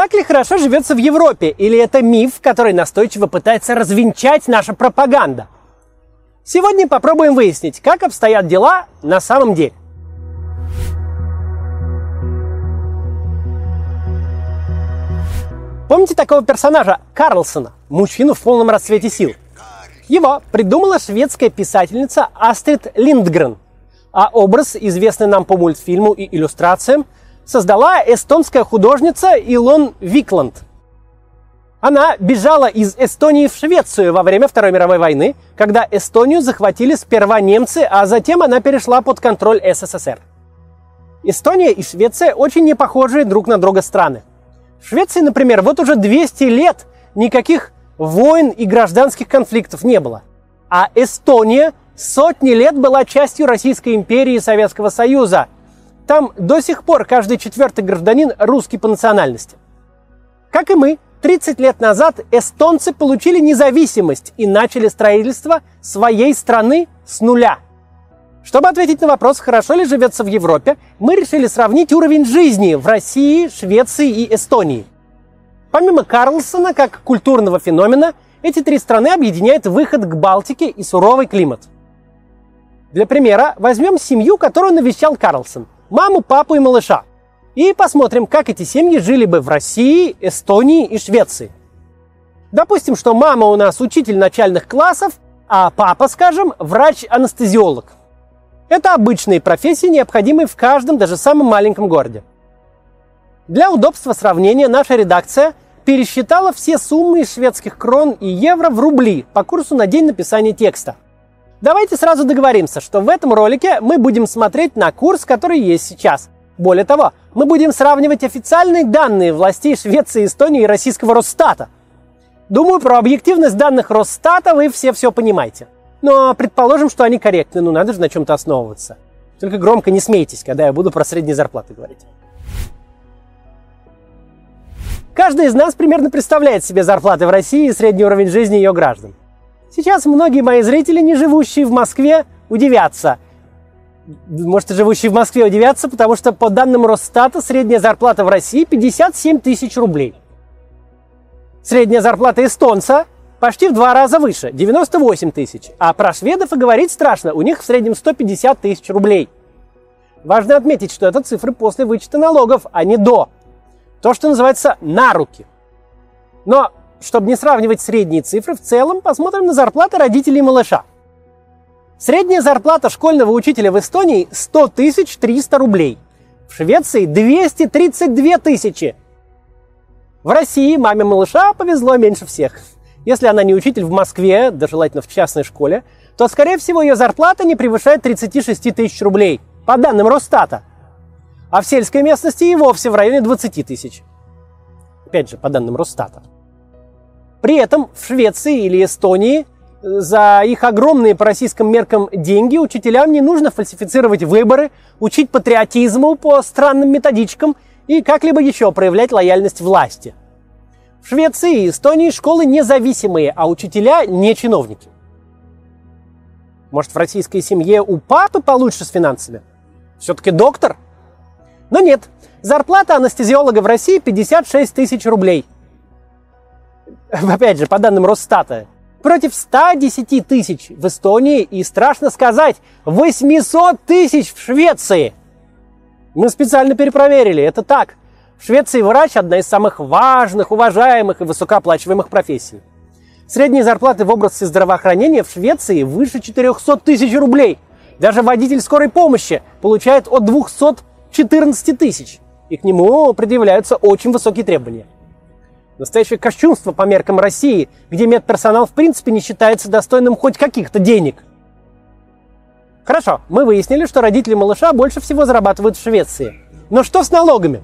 Так ли хорошо живется в Европе, или это миф, который настойчиво пытается развенчать наша пропаганда? Сегодня попробуем выяснить, как обстоят дела на самом деле. Помните такого персонажа Карлсона, мужчину в полном расцвете сил? Его придумала шведская писательница Астрид Линдгрен, а образ, известный нам по мультфильму и иллюстрациям, создала эстонская художница Илон Викланд. Она бежала из Эстонии в Швецию во время Второй мировой войны, когда Эстонию захватили сперва немцы, а затем она перешла под контроль СССР. Эстония и Швеция очень не похожие друг на друга страны. В Швеции, например, вот уже 200 лет никаких войн и гражданских конфликтов не было. А Эстония сотни лет была частью Российской империи и Советского Союза. Там до сих пор каждый четвертый гражданин русский по национальности. Как и мы, 30 лет назад эстонцы получили независимость и начали строительство своей страны с нуля. Чтобы ответить на вопрос, хорошо ли живется в Европе, мы решили сравнить уровень жизни в России, Швеции и Эстонии. Помимо Карлсона, как культурного феномена, эти три страны объединяет выход к Балтике и суровый климат. Для примера возьмем семью, которую навещал Карлсон. Маму, папу и малыша. И посмотрим, как эти семьи жили бы в России, Эстонии и Швеции. Допустим, что мама у нас учитель начальных классов, а папа, скажем, врач-анестезиолог. Это обычные профессии, необходимые в каждом, даже самом маленьком городе. Для удобства сравнения наша редакция пересчитала все суммы из шведских крон и евро в рубли по курсу на день написания текста. Давайте сразу договоримся, что в этом ролике мы будем смотреть на курс, который есть сейчас. Более того, мы будем сравнивать официальные данные властей Швеции, Эстонии и российского Росстата. Думаю, про объективность данных Росстата вы все понимаете. Но предположим, что они корректны, надо же на чем-то основываться. Только громко не смейтесь, когда я буду про средние зарплаты говорить. Каждый из нас примерно представляет себе зарплаты в России и средний уровень жизни ее граждан. Сейчас многие мои зрители, не живущие в Москве, удивятся. Может, и живущие в Москве удивятся, потому что по данным Росстата средняя зарплата в России 57 тысяч рублей. Средняя зарплата эстонца почти в 2 раза выше, 98 тысяч. А про шведов и говорить страшно, у них в среднем 150 тысяч рублей. Важно отметить, что это цифры после вычета налогов, а не до. То, что называется на руки. Но, чтобы не сравнивать средние цифры, в целом посмотрим на зарплаты родителей малыша. Средняя зарплата школьного учителя в Эстонии 100 300 рублей. В Швеции 232 тысячи. В России маме малыша повезло меньше всех. Если она не учитель в Москве, да желательно в частной школе, то, скорее всего, ее зарплата не превышает 36 тысяч рублей, по данным Росстата. А в сельской местности и вовсе в районе 20 тысяч. Опять же, по данным Росстата. При этом в Швеции или Эстонии за их огромные по российским меркам деньги учителям не нужно фальсифицировать выборы, учить патриотизму по странным методичкам и как-либо еще проявлять лояльность власти. В Швеции и Эстонии школы независимые, а учителя не чиновники. Может, в российской семье у папы получше с финансами? Все-таки доктор? Но нет, зарплата анестезиолога в России 56 тысяч рублей. Опять же, по данным Росстата. Против 110 тысяч в Эстонии и, страшно сказать, 800 тысяч в Швеции. Мы специально перепроверили, это так. В Швеции врач – одна из самых важных, уважаемых и высокооплачиваемых профессий. Средние зарплаты в области здравоохранения в Швеции выше 400 тысяч рублей. Даже водитель скорой помощи получает от 214 тысяч. И к нему предъявляются очень высокие требования. Настоящее кощунство по меркам России, где медперсонал в принципе не считается достойным хоть каких-то денег. Хорошо, мы выяснили, что родители малыша больше всего зарабатывают в Швеции. Но что с налогами?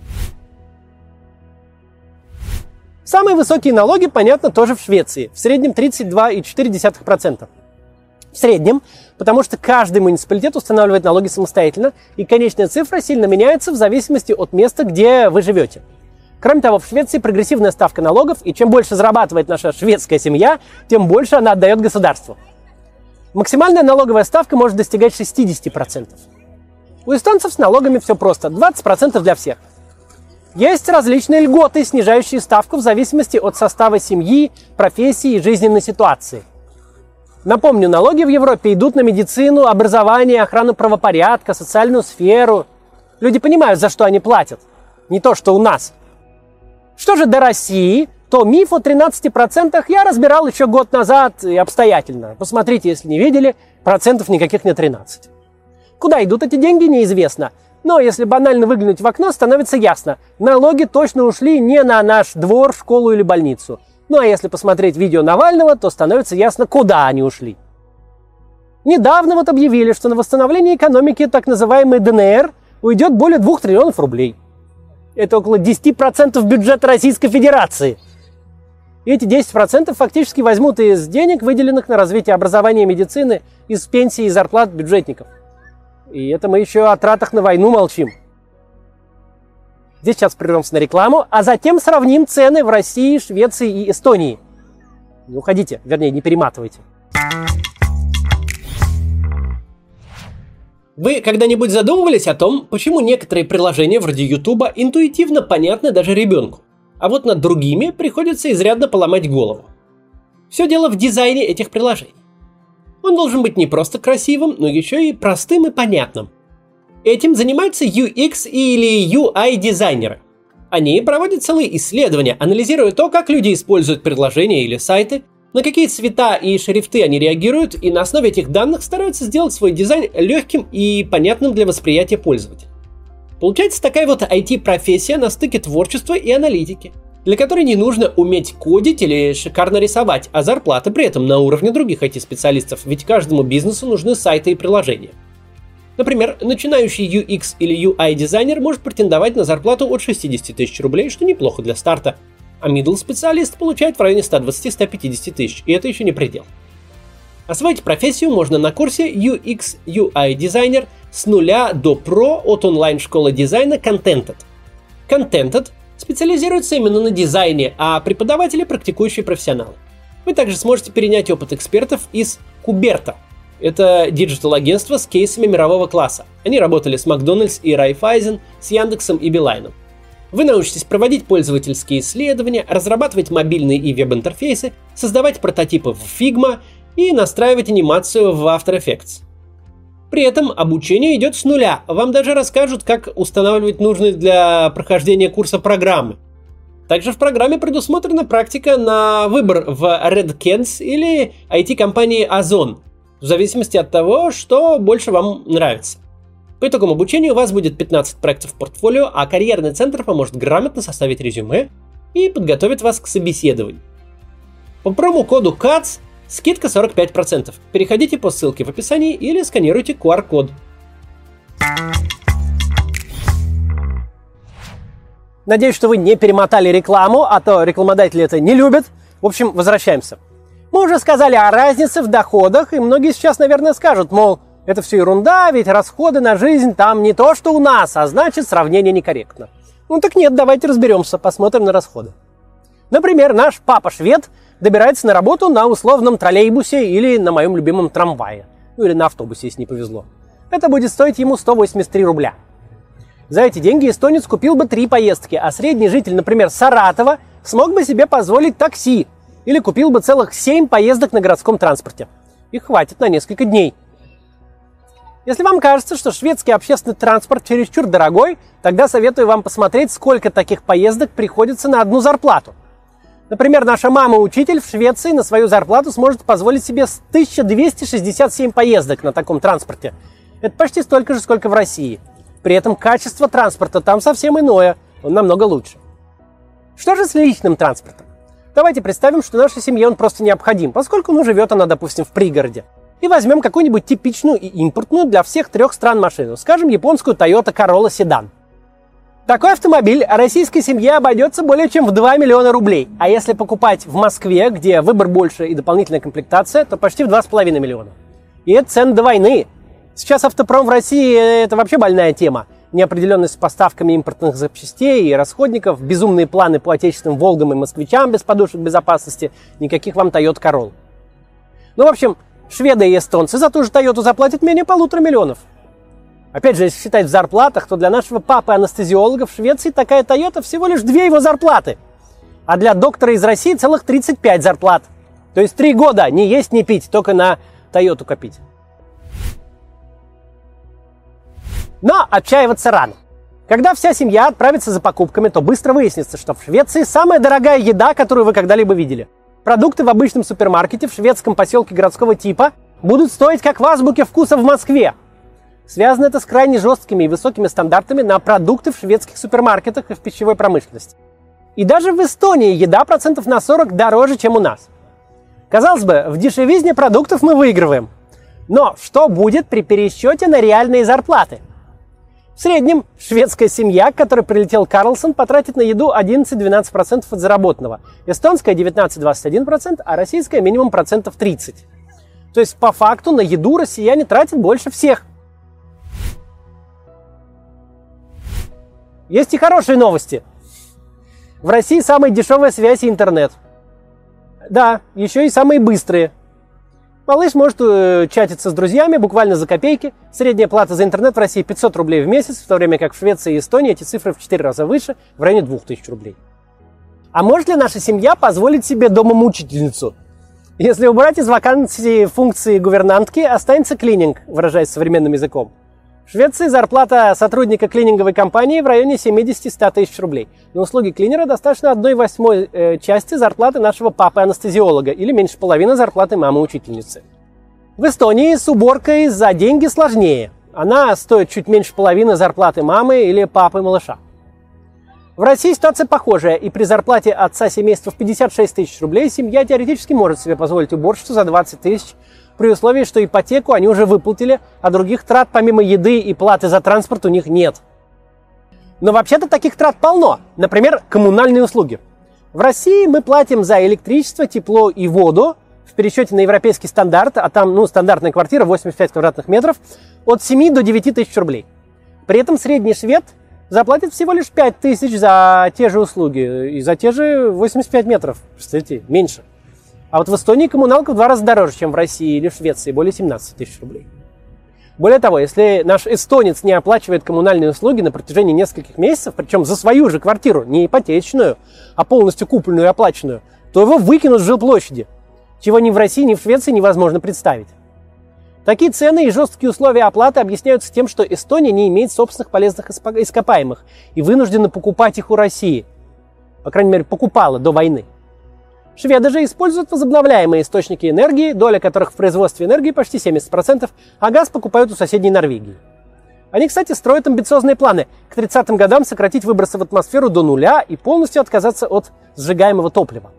Самые высокие налоги, понятно, тоже в Швеции. В среднем 32,4%. В среднем, потому что каждый муниципалитет устанавливает налоги самостоятельно, и конечная цифра сильно меняется в зависимости от места, где вы живете. Кроме того, в Швеции прогрессивная ставка налогов, и чем больше зарабатывает наша шведская семья, тем больше она отдает государству. Максимальная налоговая ставка может достигать 60%. У эстонцев с налогами все просто, 20% для всех. Есть различные льготы, снижающие ставку в зависимости от состава семьи, профессии и жизненной ситуации. Напомню, налоги в Европе идут на медицину, образование, охрану правопорядка, социальную сферу. Люди понимают, за что они платят. Не то, что у нас. Что же до России, то миф о 13% я разбирал еще год назад и обстоятельно. Посмотрите, если не видели, процентов никаких не 13. Куда идут эти деньги, неизвестно. Но если банально выглянуть в окно, становится ясно. Налоги точно ушли не на наш двор, школу или больницу. Ну а если посмотреть видео Навального, то становится ясно, куда они ушли. Недавно вот объявили, что на восстановление экономики так называемой ДНР уйдет более 2 триллионов рублей. Это около 10% бюджета Российской Федерации. И эти 10% фактически возьмут из денег, выделенных на развитие образования и медицины, из пенсий и зарплат бюджетников. И это мы еще о тратах на войну молчим. Здесь сейчас прервемся на рекламу, а затем сравним цены в России, Швеции и Эстонии. Не уходите, вернее, не перематывайте. Вы когда-нибудь задумывались о том, почему некоторые приложения вроде YouTube интуитивно понятны даже ребенку, а вот над другими приходится изрядно поломать голову? Все дело в дизайне этих приложений. Он должен быть не просто красивым, но еще и простым и понятным. Этим занимаются UX или UI-дизайнеры. Они проводят целые исследования, анализируя то, как люди используют приложения или сайты, на какие цвета и шрифты они реагируют, и на основе этих данных стараются сделать свой дизайн легким и понятным для восприятия пользователя. Получается такая вот IT-профессия на стыке творчества и аналитики, для которой не нужно уметь кодить или шикарно рисовать, а зарплата при этом на уровне других IT-специалистов, ведь каждому бизнесу нужны сайты и приложения. Например, начинающий UX или UI-дизайнер может претендовать на зарплату от 60 тысяч рублей, что неплохо для старта, а middle-специалист получает в районе 120-150 тысяч, и это еще не предел. Освоить профессию можно на курсе UX UI-дизайнер с нуля до про от онлайн-школы дизайна Contented. Contented специализируется именно на дизайне, а преподаватели – практикующие профессионалы. Вы также сможете перенять опыт экспертов из Куберта. Это диджитал-агентство с кейсами мирового класса. Они работали с Макдональдс и Райфайзен, с Яндексом и Билайном. Вы научитесь проводить пользовательские исследования, разрабатывать мобильные и веб-интерфейсы, создавать прототипы в Figma и настраивать анимацию в After Effects. При этом обучение идет с нуля. Вам даже расскажут, как устанавливать нужные для прохождения курса программы. Также в программе предусмотрена практика на выбор в Redkens или IT-компании Озон, в зависимости от того, что больше вам нравится. По итогам обучения у вас будет 15 проектов в портфолио, а карьерный центр поможет грамотно составить резюме и подготовит вас к собеседованию. По промокоду CATS скидка 45%. Переходите по ссылке в описании или сканируйте QR-код. Надеюсь, что вы не перемотали рекламу, а то рекламодатели это не любят. В общем, возвращаемся. Мы уже сказали о разнице в доходах, и многие сейчас, наверное, скажут, мол, это все ерунда, ведь расходы на жизнь там не то, что у нас, а значит, сравнение некорректно. Ну так нет, давайте разберемся, посмотрим на расходы. Например, наш папа-швед добирается на работу на условном троллейбусе или на моем любимом трамвае. Ну или на автобусе, если не повезло. Это будет стоить ему 183 рубля. За эти деньги эстонец купил бы 3 поездки, а средний житель, например, Саратова, смог бы себе позволить такси или купил бы целых 7 поездок на городском транспорте. Их хватит на несколько дней. Если вам кажется, что шведский общественный транспорт чересчур дорогой, тогда советую вам посмотреть, сколько таких поездок приходится на одну зарплату. Например, наша мама-учитель в Швеции на свою зарплату сможет позволить себе 1267 поездок на таком транспорте. Это почти столько же, сколько в России. При этом качество транспорта там совсем иное, он намного лучше. Что же с личным транспортом? Давайте представим, что нашей семье он просто необходим, поскольку живет она, допустим, в пригороде. И возьмем какую-нибудь типичную и импортную для всех 3 стран машину, скажем, японскую Toyota Corolla Sedan. Такой автомобиль российской семье обойдется более чем в 2 миллиона рублей, а если покупать в Москве, где выбор больше и дополнительная комплектация, то почти в 2,5 миллиона. И это цены до войны. Сейчас автопром в России – это вообще больная тема. Неопределенность с поставками импортных запчастей и расходников, безумные планы по отечественным «Волгам» и «Москвичам» без подушек безопасности, никаких вам Toyota Corolla. Ну, в общем, шведы и эстонцы за ту же Toyota заплатят менее 1,5 миллиона. Опять же, если считать в зарплатах, то для нашего папы-анестезиолога в Швеции такая Toyota всего лишь 2 его зарплаты. А для доктора из России целых 35 зарплат. То есть 3 года не есть, не пить, только на Toyota копить. Но отчаиваться рано. Когда вся семья отправится за покупками, то быстро выяснится, что в Швеции самая дорогая еда, которую вы когда-либо видели. Продукты в обычном супермаркете в шведском поселке городского типа будут стоить как в азбуке вкуса в Москве. Связано это с крайне жесткими и высокими стандартами на продукты в шведских супермаркетах и в пищевой промышленности. И даже в Эстонии еда процентов на 40 дороже, чем у нас. Казалось бы, в дешевизне продуктов мы выигрываем. Но что будет при пересчете на реальные зарплаты? В среднем шведская семья, к которой прилетел Карлсон, потратит на еду 11-12% от заработанного. Эстонская 19-21%, а российская минимум 30%. То есть по факту на еду россияне тратят больше всех. Есть и хорошие новости. В России самая дешевая связь и интернет. Да, еще и самые быстрые. Малыш может чатиться с друзьями буквально за копейки. Средняя плата за интернет в России 500 рублей в месяц, в то время как в Швеции и Эстонии эти цифры в 4 раза выше, в районе 2000 рублей. А может ли наша семья позволить себе домомучительницу? Если убрать из вакансии функции гувернантки, останется клининг, выражаясь современным языком. В Швеции зарплата сотрудника клининговой компании в районе 70-100 тысяч рублей. На услуги клинера достаточно 1/8 части зарплаты нашего папы-анестезиолога или меньше половины зарплаты мамы-учительницы. В Эстонии с уборкой за деньги сложнее. Она стоит чуть меньше половины зарплаты мамы или папы малыша. В России ситуация похожая, и при зарплате отца семейства в 56 тысяч рублей семья теоретически может себе позволить уборщицу за 20 тысяч, при условии, что ипотеку они уже выплатили, а других трат помимо еды и платы за транспорт у них нет. Но вообще-то таких трат полно. Например, коммунальные услуги. В России мы платим за электричество, тепло и воду в пересчете на европейский стандарт, а там стандартная квартира 85 квадратных метров, от 7 до 9 тысяч рублей. При этом средний швед заплатит всего лишь 5 тысяч за те же услуги и за те же 85 метров. Представляете, меньше. А вот в Эстонии коммуналка в 2 раза дороже, чем в России или в Швеции, более 17 тысяч рублей. Более того, если наш эстонец не оплачивает коммунальные услуги на протяжении нескольких месяцев, причем за свою же квартиру, не ипотечную, а полностью купленную и оплаченную, то его выкинут с жилплощади, чего ни в России, ни в Швеции невозможно представить. Такие цены и жесткие условия оплаты объясняются тем, что Эстония не имеет собственных полезных ископаемых и вынуждена покупать их у России. По крайней мере, покупала до войны. Шведы же используют возобновляемые источники энергии, доля которых в производстве энергии почти 70%, а газ покупают у соседней Норвегии. Они, кстати, строят амбициозные планы к 30-м годам сократить выбросы в атмосферу до нуля и полностью отказаться от сжигаемого топлива.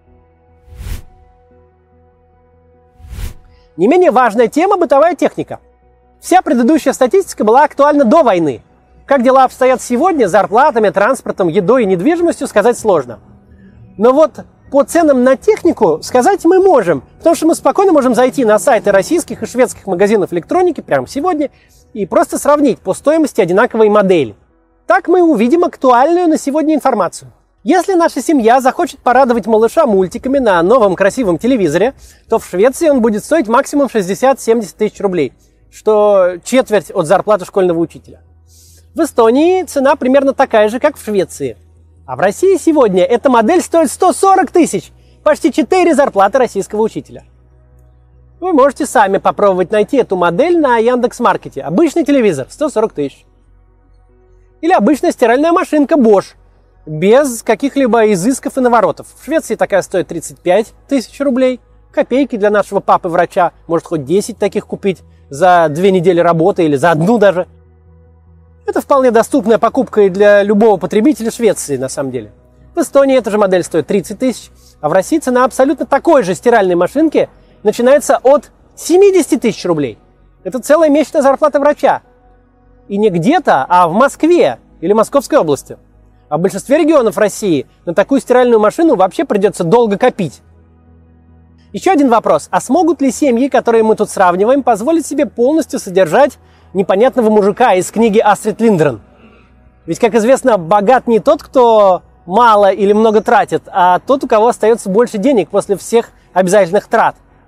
Не менее важная тема – бытовая техника. Вся предыдущая статистика была актуальна до войны. Как дела обстоят сегодня, зарплатами, транспортом, едой и недвижимостью сказать сложно. Но вот по ценам на технику сказать мы можем, потому что мы спокойно можем зайти на сайты российских и шведских магазинов электроники прямо сегодня и просто сравнить по стоимости одинаковые модели. Так мы увидим актуальную на сегодня информацию. Если наша семья захочет порадовать малыша мультиками на новом красивом телевизоре, то в Швеции он будет стоить максимум 60-70 тысяч рублей, что четверть от зарплаты школьного учителя. В Эстонии цена примерно такая же, как в Швеции. А в России сегодня эта модель стоит 140 тысяч, почти 4 зарплаты российского учителя. Вы можете сами попробовать найти эту модель на Яндекс.Маркете. Обычный телевизор 140 тысяч. Или обычная стиральная машинка Bosch, без каких-либо изысков и наворотов. В Швеции такая стоит 35 тысяч рублей. Копейки для нашего папы-врача. Может хоть 10 таких купить за 2 недели работы или за 1 даже. Это вполне доступная покупка и для любого потребителя Швеции, на самом деле. В Эстонии эта же модель стоит 30 тысяч, а в России цена абсолютно такой же стиральной машинки начинается от 70 тысяч рублей. Это целая месячная зарплата врача. И не где-то, а в Москве или Московской области. А в большинстве регионов России на такую стиральную машину вообще придется долго копить. Еще один вопрос. А смогут ли семьи, которые мы тут сравниваем, позволить себе полностью содержать непонятного мужика из книги Астрид Линдгрен? Ведь, как известно, богат не тот, кто мало или много тратит, а тот, у кого остается больше денег после всех обязательных трат.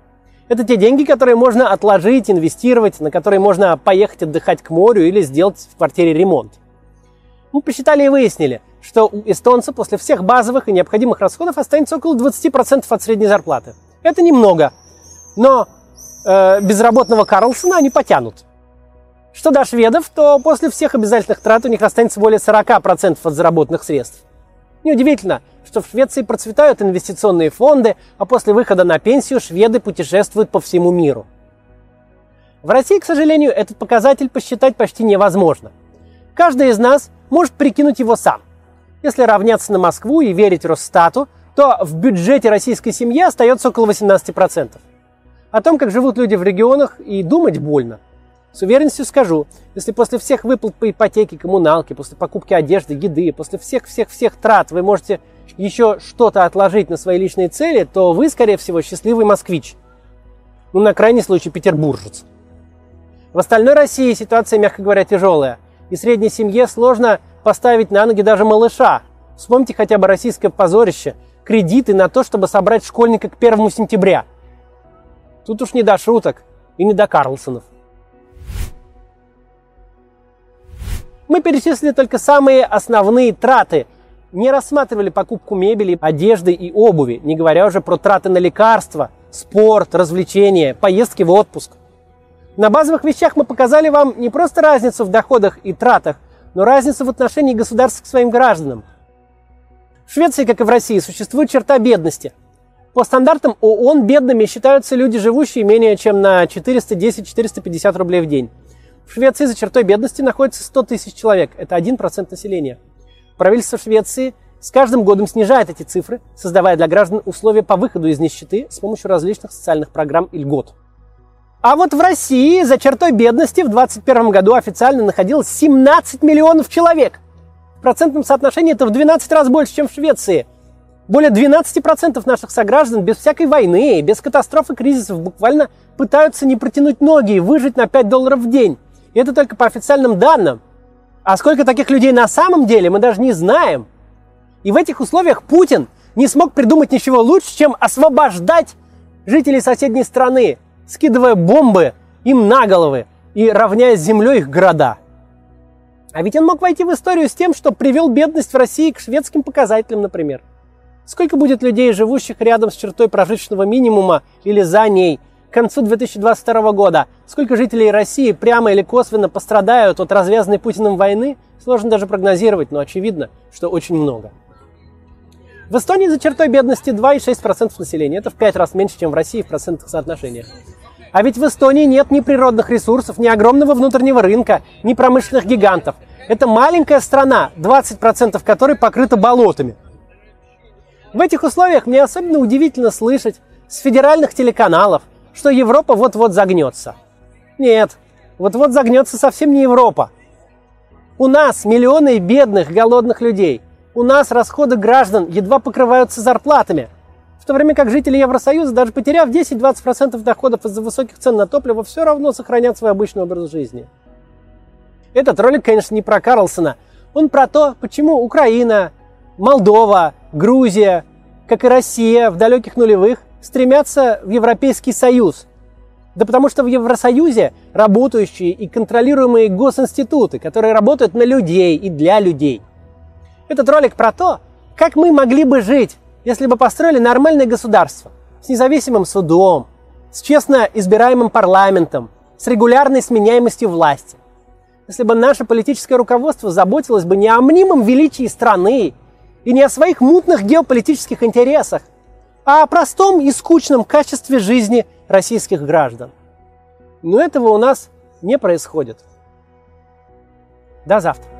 Это те деньги, которые можно отложить, инвестировать, на которые можно поехать отдыхать к морю или сделать в квартире ремонт. Мы посчитали и выяснили, что у эстонца после всех базовых и необходимых расходов останется около 20% от средней зарплаты. Это немного, но безработного Карлсона они потянут. Что до шведов, то после всех обязательных трат у них останется более 40% от заработанных средств. Неудивительно, что в Швеции процветают инвестиционные фонды, а после выхода на пенсию шведы путешествуют по всему миру. В России, к сожалению, этот показатель посчитать почти невозможно. Каждый из нас может прикинуть его сам. Если равняться на Москву и верить Росстату, то в бюджете российской семьи остается около 18%. О том, как живут люди в регионах, и думать больно. С уверенностью скажу, если после всех выплат по ипотеке, коммуналке, после покупки одежды, еды, после всех трат вы можете еще что-то отложить на свои личные цели, то вы, скорее всего, счастливый москвич. Ну, на крайний случай, петербуржец. В остальной России ситуация, мягко говоря, тяжелая. И средней семье сложно поставить на ноги даже малыша. Вспомните хотя бы российское позорище. Кредиты на то, чтобы собрать школьника к 1 сентября. Тут уж не до шуток и не до Карлсонов. Мы перечислили только самые основные траты. Не рассматривали покупку мебели, одежды и обуви, не говоря уже про траты на лекарства, спорт, развлечения, поездки в отпуск. На базовых вещах мы показали вам не просто разницу в доходах и тратах, но разницу в отношении государства к своим гражданам. В Швеции, как и в России, существует черта бедности. По стандартам ООН бедными считаются люди, живущие менее чем на 410-450 рублей в день. В Швеции за чертой бедности находится 100 тысяч человек. Это 1% населения. Правительство Швеции с каждым годом снижает эти цифры, создавая для граждан условия по выходу из нищеты с помощью различных социальных программ и льгот. А вот в России за чертой бедности в 2021 году официально находилось 17 миллионов человек. В процентном соотношении это в 12 раз больше, чем в Швеции. Более 12% наших сограждан без всякой войны, без катастроф и кризисов буквально пытаются не протянуть ноги и выжить на $5 в день. И это только по официальным данным. А сколько таких людей на самом деле, мы даже не знаем. И в этих условиях Путин не смог придумать ничего лучше, чем освобождать жителей соседней страны, скидывая бомбы им на головы и равняя с землей их города. А ведь он мог войти в историю с тем, что привел бедность в России к шведским показателям, например. Сколько будет людей, живущих рядом с чертой прожиточного минимума или за ней к концу 2022 года? Сколько жителей России прямо или косвенно пострадают от развязанной Путиным войны? Сложно даже прогнозировать, но очевидно, что очень много. В Эстонии за чертой бедности 2,6% населения. Это в 5 раз меньше, чем в России в процентных соотношениях. А ведь в Эстонии нет ни природных ресурсов, ни огромного внутреннего рынка, ни промышленных гигантов. Это маленькая страна, 20% которой покрыта болотами. В этих условиях мне особенно удивительно слышать с федеральных телеканалов, что Европа вот-вот загнется. Нет, вот-вот загнется совсем не Европа. У нас миллионы бедных, голодных людей. У нас расходы граждан едва покрываются зарплатами. В то время как жители Евросоюза, даже потеряв 10-20% доходов из-за высоких цен на топливо, все равно сохранят свой обычный образ жизни. Этот ролик, конечно, не про Карлсона. Он про то, почему Украина, Молдова, Грузия, как и Россия в далеких нулевых, стремятся в Европейский Союз. Да потому что в Евросоюзе работающие и контролируемые госинституты, которые работают на людей и для людей. Этот ролик про то, как мы могли бы жить, если бы построили нормальное государство с независимым судом, с честно избираемым парламентом, с регулярной сменяемостью власти. Если бы наше политическое руководство заботилось бы не о мнимом величии страны и не о своих мутных геополитических интересах, а о простом и скучном качестве жизни российских граждан. Но этого у нас не происходит. До завтра.